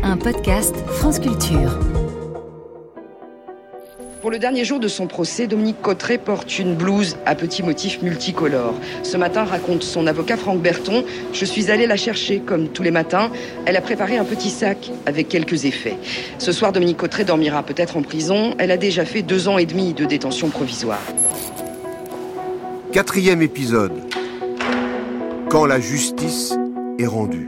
un podcast France Culture. Pour le dernier jour de son procès, Dominique Cotterêts porte une blouse à petits motifs multicolores. Ce matin, raconte son avocat Franck Berton, « Je suis allé la chercher comme tous les matins. Elle a préparé un petit sac avec quelques effets. Ce soir, Dominique Cotterêts dormira peut-être en prison. Elle a déjà fait 2 ans et demi de détention provisoire. » 4e épisode. Quand la justice est rendue.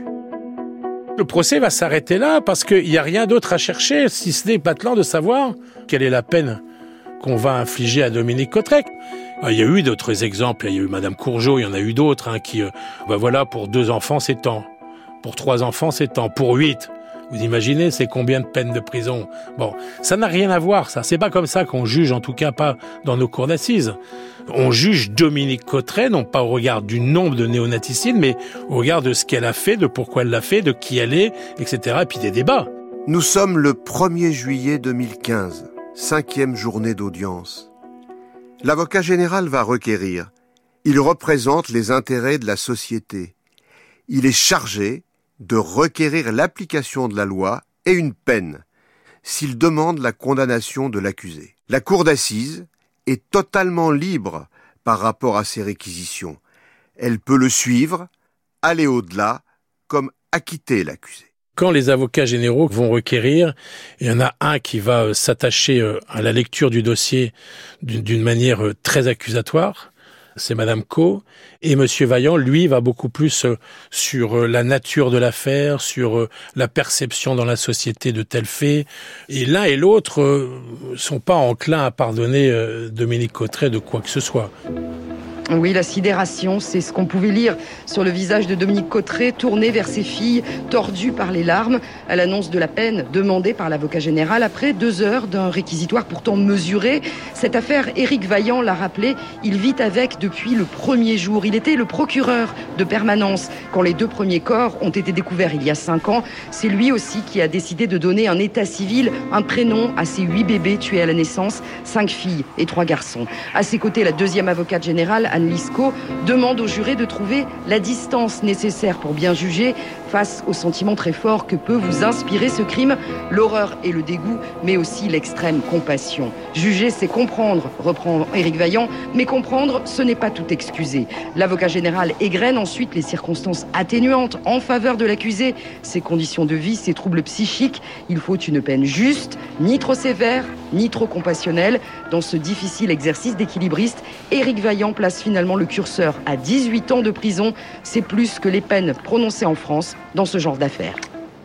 Le procès va s'arrêter là parce qu'il n'y a rien d'autre à chercher, si ce n'est maintenant de savoir quelle est la peine qu'on va infliger à Dominique Cotterêts. Il y a eu d'autres exemples, il y a eu Madame Courgeot, il y en a eu d'autres qui, pour 2 enfants c'est tant, pour 3 enfants c'est tant, pour 8. Vous imaginez, c'est combien de peines de prison? Bon, ça n'a rien à voir, ça. C'est pas comme ça qu'on juge, en tout cas pas dans nos cours d'assises. On juge Dominique Cotterêts, non pas au regard du nombre de néonaticides, mais au regard de ce qu'elle a fait, de pourquoi elle l'a fait, de qui elle est, etc. Et puis des débats. Nous sommes le 1er juillet 2015, 5e journée d'audience. L'avocat général va requérir. Il représente les intérêts de la société. Il est chargé de requérir l'application de la loi et une peine s'il demande la condamnation de l'accusé. La cour d'assises est totalement libre par rapport à ces réquisitions. Elle peut le suivre, aller au-delà, comme acquitter l'accusé. Quand les avocats généraux vont requérir, il y en a un qui va s'attacher à la lecture du dossier d'une manière très accusatoire. C'est Madame Co. Et Monsieur Vaillant, lui, va beaucoup plus sur la nature de l'affaire, sur la perception dans la société de tels faits. Et l'un et l'autre sont pas enclins à pardonner Dominique Cotterêts de quoi que ce soit. Oui, la sidération, c'est ce qu'on pouvait lire sur le visage de Dominique Cotterêts, tourné vers ses filles, tordu par les larmes, à l'annonce de la peine demandée par l'avocat général après 2 heures d'un réquisitoire pourtant mesuré. Cette affaire, Éric Vaillant l'a rappelé, il vit avec depuis le premier jour. Il était le procureur de permanence quand les 2 premiers corps ont été découverts il y a 5 ans. C'est lui aussi qui a décidé de donner un état civil, un prénom à ses 8 bébés tués à la naissance, 5 filles et 3 garçons. À ses côtés, la 2e avocate générale, Anne Lisco, demande aux jurés de trouver la distance nécessaire pour bien juger face au sentiment très fort que peut vous inspirer ce crime, l'horreur et le dégoût, mais aussi l'extrême compassion. Juger, c'est comprendre, reprend Éric Vaillant, mais comprendre, ce n'est pas tout excuser. L'avocat général égrène ensuite les circonstances atténuantes en faveur de l'accusé, ses conditions de vie, ses troubles psychiques. Il faut une peine juste, ni trop sévère, ni trop compassionnelle. Dans ce difficile exercice d'équilibriste, Éric Vaillant place finalement le curseur à 18 ans de prison. C'est plus que les peines prononcées en France dans ce genre d'affaires.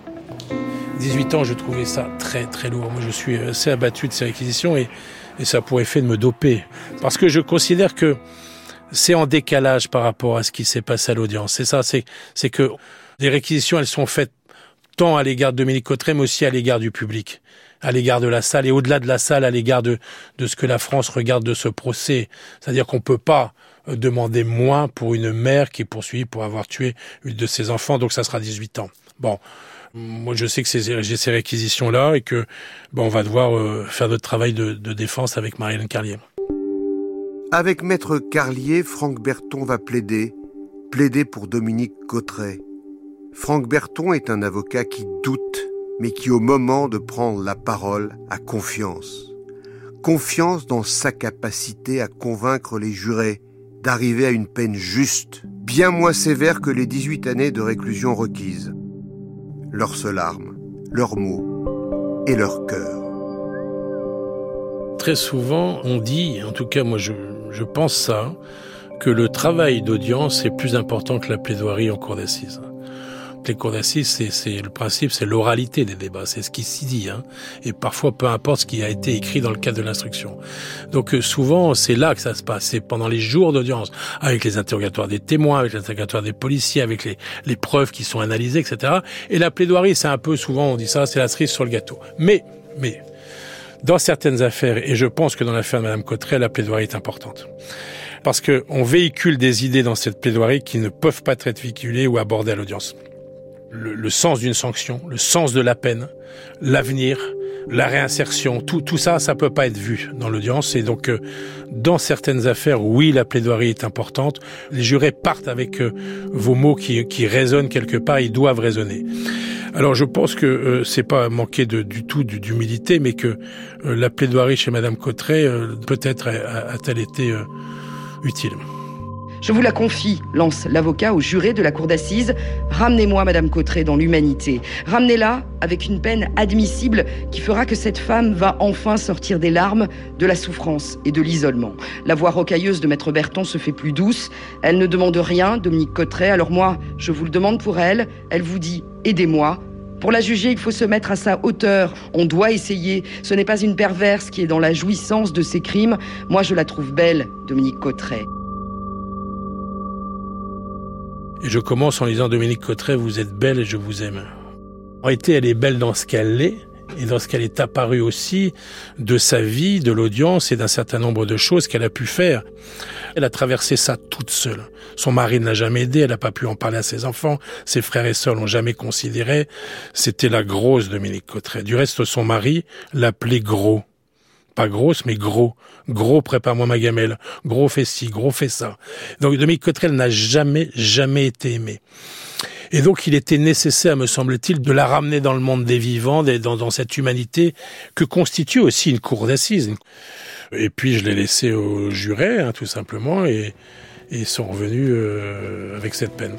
18 ans, je trouvais ça très très lourd. Moi, je suis assez abattu de ces réquisitions et ça a pour effet de me doper. Parce que je considère que c'est en décalage par rapport à ce qui s'est passé à l'audience. C'est ça, c'est que les réquisitions, elles sont faites tant à l'égard de Dominique Cotterêts, mais aussi à l'égard du public, à l'égard de la salle et au-delà de la salle, à l'égard de ce que la France regarde de ce procès. C'est-à-dire qu'on peut pas demander moins pour une mère qui est poursuivie pour avoir tué une de ses enfants, donc ça sera 18 ans. Bon, moi je sais que j'ai ces réquisitions-là et que on va devoir faire notre travail de défense avec Marie-Hélène Carlier. Avec Maître Carlier, Franck Berton va plaider pour Dominique Cotterêts. Franck Berton est un avocat qui doute, mais qui au moment de prendre la parole a confiance. Confiance dans sa capacité à convaincre les jurés d'arriver à une peine juste, bien moins sévère que les 18 années de réclusion requises. Leur seule arme, leurs mots et leur cœur. Très souvent, on dit, en tout cas moi je pense ça, que le travail d'audience est plus important que la plaidoirie en cour d'assises. Les cours d'assises, c'est le principe, c'est l'oralité des débats, c'est ce qui s'y dit, et parfois peu importe ce qui a été écrit dans le cadre de l'instruction. Donc souvent, c'est là que ça se passe, c'est pendant les jours d'audience, avec les interrogatoires des témoins, avec les interrogatoires des policiers, avec les preuves qui sont analysées, etc. Et la plaidoirie, c'est un peu, souvent on dit ça, c'est la cerise sur le gâteau. Mais, dans certaines affaires, et je pense que dans l'affaire de Madame Cotterêts, la plaidoirie est importante. Parce que on véhicule des idées dans cette plaidoirie qui ne peuvent pas être véhiculées ou abordées à l'audience. Le sens d'une sanction, le sens de la peine, l'avenir, la réinsertion, tout ça, ça peut pas être vu dans l'audience. Et donc, dans certaines affaires, oui, la plaidoirie est importante. Les jurés partent avec vos mots qui résonnent quelque part, ils doivent résonner. Alors je pense que c'est pas manquer du tout d'humilité, mais que la plaidoirie chez Madame Cotterêts peut-être a-t-elle été utile. Je vous la confie, lance l'avocat au juré de la cour d'assises. Ramenez-moi Madame Cotterêts dans l'humanité. Ramenez-la avec une peine admissible qui fera que cette femme va enfin sortir des larmes, de la souffrance et de l'isolement. La voix rocailleuse de Maître Berton se fait plus douce. Elle ne demande rien, Dominique Cotterêts. Alors moi, je vous le demande pour elle. Elle vous dit « aidez-moi ». Pour la juger, il faut se mettre à sa hauteur. On doit essayer. Ce n'est pas une perverse qui est dans la jouissance de ses crimes. Moi, je la trouve belle, Dominique Cotterêts. Et je commence en disant « Dominique Cotterêts, vous êtes belle et je vous aime ». En réalité, elle est belle dans ce qu'elle est et dans ce qu'elle est apparue aussi de sa vie, de l'audience et d'un certain nombre de choses qu'elle a pu faire. Elle a traversé ça toute seule. Son mari ne l'a jamais aidée, elle n'a pas pu en parler à ses enfants, ses frères et sœurs l'ont jamais considéré. C'était la grosse Dominique Cotterêts. Du reste, son mari l'appelait gros. Pas grosse, mais gros. Gros, prépare-moi ma gamelle. Gros, fais ci, gros, fais ça. Donc, Dominique Cotterêts, elle n'a jamais été aimée. Et donc, il était nécessaire, me semble-t-il, de la ramener dans le monde des vivants, dans cette humanité que constitue aussi une cour d'assises. Et puis, je l'ai laissé au juré, tout simplement, et ils sont revenus avec cette peine.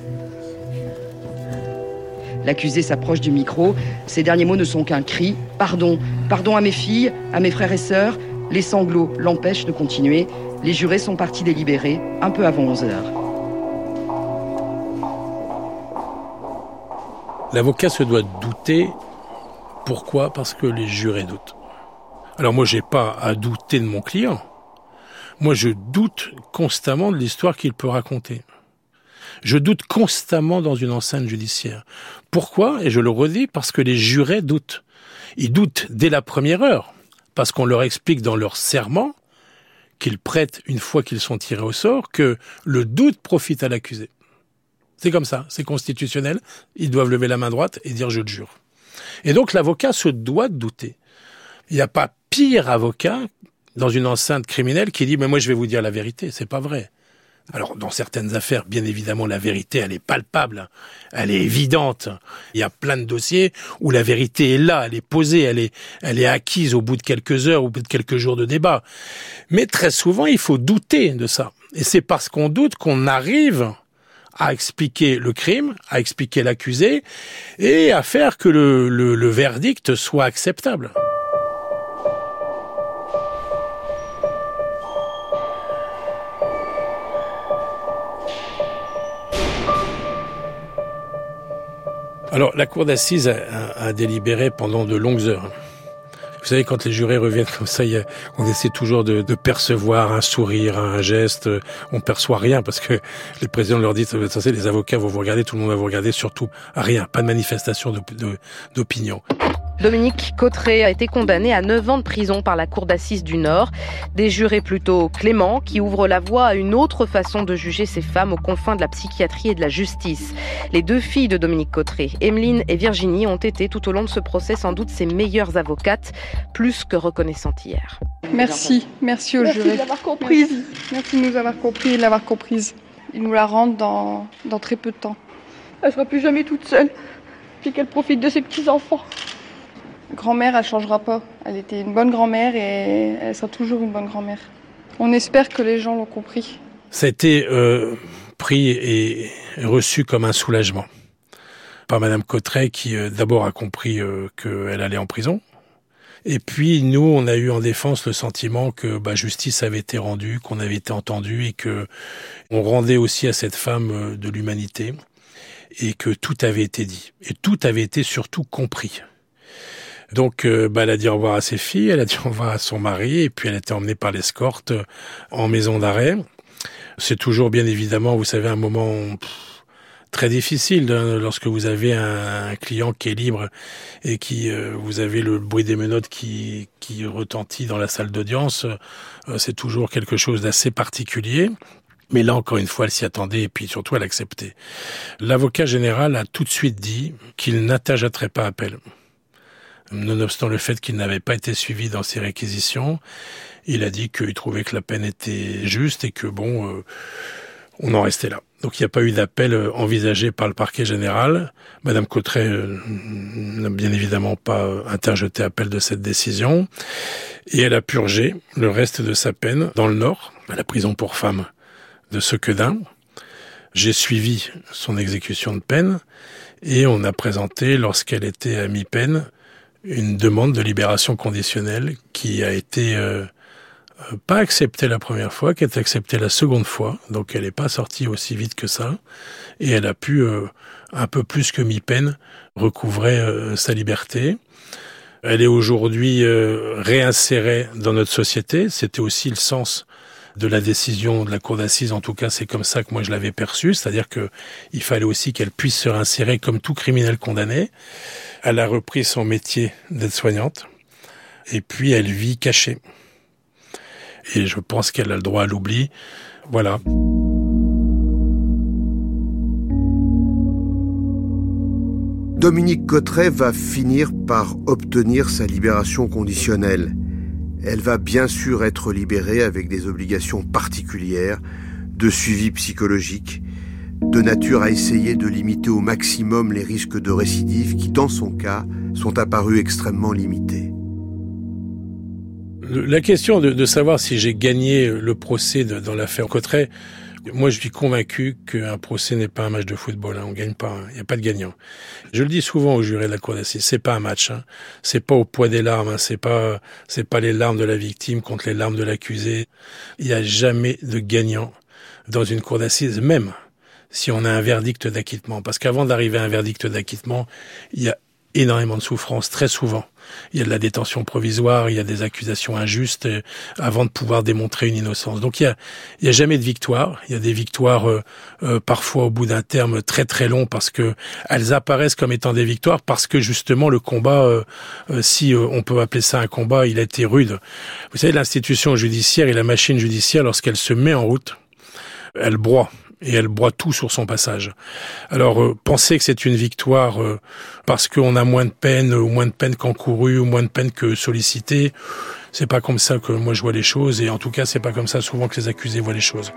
L'accusé s'approche du micro. Ses derniers mots ne sont qu'un cri. Pardon. Pardon à mes filles, à mes frères et sœurs. Les sanglots l'empêchent de continuer. Les jurés sont partis délibérer un peu avant 11h. L'avocat se doit douter. Pourquoi ? Parce que les jurés doutent. Alors moi, j'ai pas à douter de mon client. Moi, je doute constamment de l'histoire qu'il peut raconter. Je doute constamment dans une enceinte judiciaire. Pourquoi ? Et je le redis, parce que les jurés doutent. Ils doutent dès la première heure, parce qu'on leur explique dans leur serment qu'ils prêtent, une fois qu'ils sont tirés au sort, que le doute profite à l'accusé. C'est comme ça, c'est constitutionnel. Ils doivent lever la main droite et dire « je le jure ». Et donc l'avocat se doit de douter. Il n'y a pas pire avocat dans une enceinte criminelle qui dit « mais moi je vais vous dire la vérité ». C'est pas vrai. Alors, dans certaines affaires, bien évidemment, la vérité, elle est palpable, elle est évidente. Il y a plein de dossiers où la vérité est là, elle est posée, elle est acquise au bout de quelques heures, au bout de quelques jours de débat. Mais très souvent, il faut douter de ça. Et c'est parce qu'on doute qu'on arrive à expliquer le crime, à expliquer l'accusé, et à faire que le verdict soit acceptable. Alors, la cour d'assises a délibéré pendant de longues heures. Vous savez, quand les jurés reviennent comme ça, on essaie toujours de percevoir un sourire, un geste. On perçoit rien parce que les présidents leur disent, les avocats vont vous regarder, tout le monde va vous regarder, surtout rien, pas de manifestation d'opinion. Dominique Cotterêts a été condamné à 9 ans de prison par la cour d'assises du Nord. Des jurés plutôt cléments qui ouvrent la voie à une autre façon de juger ces femmes aux confins de la psychiatrie et de la justice. Les 2 filles de Dominique Cotterêts, Emeline et Virginie, ont été tout au long de ce procès sans doute ses meilleures avocates, plus que reconnaissantes hier. Merci aux jurés. Merci de l'avoir comprise. Merci de nous avoir compris et de l'avoir comprise. Ils nous la rendent dans très peu de temps. Elle ne sera plus jamais toute seule, puis qu'elle profite de ses petits-enfants. Grand-mère, elle ne changera pas. Elle était une bonne grand-mère et elle sera toujours une bonne grand-mère. On espère que les gens l'ont compris. Ça a été pris et reçu comme un soulagement par Madame Cotterêts qui d'abord a compris qu'elle allait en prison. Et puis nous, on a eu en défense le sentiment que justice avait été rendue, qu'on avait été entendu et que on rendait aussi à cette femme de l'humanité et que tout avait été dit. Et tout avait été surtout compris. Donc, elle a dit au revoir à ses filles, elle a dit au revoir à son mari, et puis elle a été emmenée par l'escorte en maison d'arrêt. C'est toujours, bien évidemment, vous savez, un moment très difficile lorsque vous avez un client qui est libre et qui vous avez le bruit des menottes qui retentit dans la salle d'audience. C'est toujours quelque chose d'assez particulier. Mais là, encore une fois, elle s'y attendait et puis surtout, elle acceptait. L'avocat général a tout de suite dit qu'il n'interjeterait pas appel. Nonobstant le fait qu'il n'avait pas été suivi dans ses réquisitions, il a dit qu'il trouvait que la peine était juste et que On en restait là. Donc il n'y a pas eu d'appel envisagé par le parquet général. Madame Cotterêts n'a bien évidemment pas interjeté appel de cette décision. Et elle a purgé le reste de sa peine dans le Nord, à la prison pour femmes de Sequedin. J'ai suivi son exécution de peine et on a présenté, lorsqu'elle était à mi-peine, une demande de libération conditionnelle qui a été pas acceptée la première fois, qui a été acceptée la seconde fois. Donc elle n'est pas sortie aussi vite que ça. Et elle a pu, un peu plus que mi-peine, recouvrer sa liberté. Elle est aujourd'hui réinsérée dans notre société. C'était aussi le sens de la décision de la cour d'assises. En tout cas, c'est comme ça que moi je l'avais perçu. C'est-à-dire que il fallait aussi qu'elle puisse se réinsérer comme tout criminel condamné. Elle a repris son métier d'aide-soignante. Et puis elle vit cachée. Et je pense qu'elle a le droit à l'oubli. Voilà. Dominique Cotterêts va finir par obtenir sa libération conditionnelle. Elle va bien sûr être libérée avec des obligations particulières de suivi psychologique, de nature à essayer de limiter au maximum les risques de récidive qui, dans son cas, sont apparus extrêmement limités. La question de savoir si j'ai gagné le procès dans l'affaire Cotterêts, moi je suis convaincu qu'un procès n'est pas un match de football. On gagne pas, il n'y a pas de gagnant. Je le dis souvent aux jurés de la cour d'assises, c'est pas un match. C'est pas au poids des larmes. C'est pas les larmes de la victime contre les larmes de l'accusé. Il n'y a jamais de gagnant dans une cour d'assises, même si on a un verdict d'acquittement. Parce qu'avant d'arriver à un verdict d'acquittement, il y a énormément de souffrance, très souvent. Il y a de la détention provisoire, il y a des accusations injustes avant de pouvoir démontrer une innocence. Donc il y a jamais de victoire. Il y a des victoires parfois au bout d'un terme très très long parce que elles apparaissent comme étant des victoires parce que justement le combat, si on peut appeler ça un combat, il a été rude. Vous savez, l'institution judiciaire et la machine judiciaire, lorsqu'elle se met en route, elle broie. Et elle broie tout sur son passage. Alors, penser que c'est une victoire parce qu'on a moins de peine, ou moins de peine qu'encourue, ou moins de peine que sollicité, c'est pas comme ça que moi je vois les choses, et en tout cas, c'est pas comme ça souvent que les accusés voient les choses.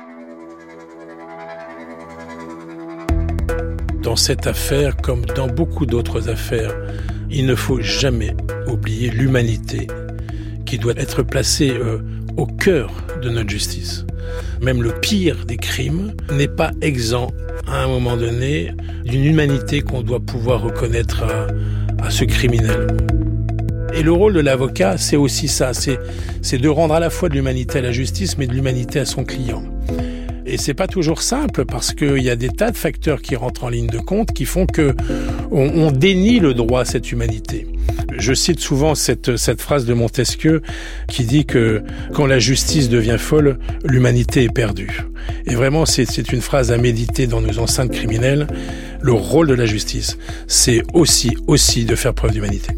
Dans cette affaire, comme dans beaucoup d'autres affaires, il ne faut jamais oublier l'humanité qui doit être placée au cœur de notre justice. Même le pire des crimes n'est pas exempt, à un moment donné, d'une humanité qu'on doit pouvoir reconnaître à ce criminel. Et le rôle de l'avocat, c'est aussi ça, c'est de rendre à la fois de l'humanité à la justice, mais de l'humanité à son client. Et c'est pas toujours simple parce qu'il y a des tas de facteurs qui rentrent en ligne de compte qui font que on dénie le droit à cette humanité. Je cite souvent cette phrase de Montesquieu qui dit que quand la justice devient folle, l'humanité est perdue. Et vraiment, c'est une phrase à méditer dans nos enceintes criminelles. Le rôle de la justice, c'est aussi de faire preuve d'humanité.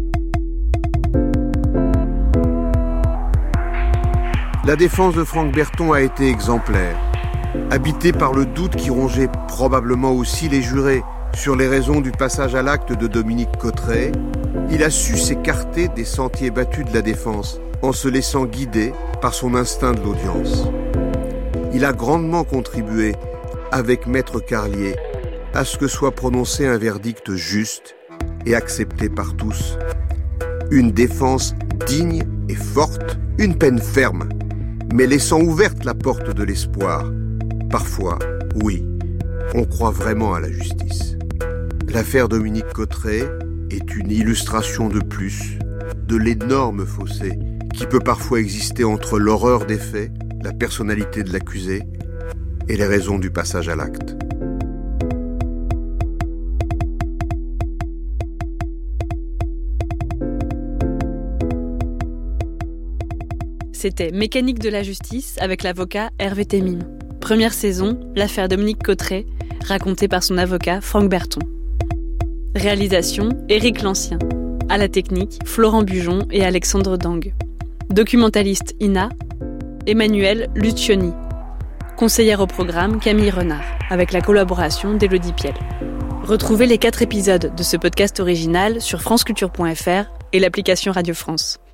La défense de Franck Berton a été exemplaire. Habité par le doute qui rongeait probablement aussi les jurés sur les raisons du passage à l'acte de Dominique Cotterêts, il a su s'écarter des sentiers battus de la défense en se laissant guider par son instinct de l'audience. Il a grandement contribué, avec Maître Carlier, à ce que soit prononcé un verdict juste et accepté par tous. Une défense digne et forte, une peine ferme, mais laissant ouverte la porte de l'espoir. Parfois, oui, on croit vraiment à la justice. L'affaire Dominique Cotterêts est une illustration de plus de l'énorme fossé qui peut parfois exister entre l'horreur des faits, la personnalité de l'accusé et les raisons du passage à l'acte. C'était Mécanique de la justice avec l'avocat Hervé Temim. Première saison, l'affaire Dominique Cotterêts, racontée par son avocat Franck Berton. Réalisation, Éric Lancien. À la technique, Florent Bujon et Alexandre Dang. Documentaliste Ina, Emmanuel Lucioni. Conseillère au programme Camille Renard, avec la collaboration d'Élodie Piel. Retrouvez les 4 épisodes de ce podcast original sur franceculture.fr et l'application Radio France.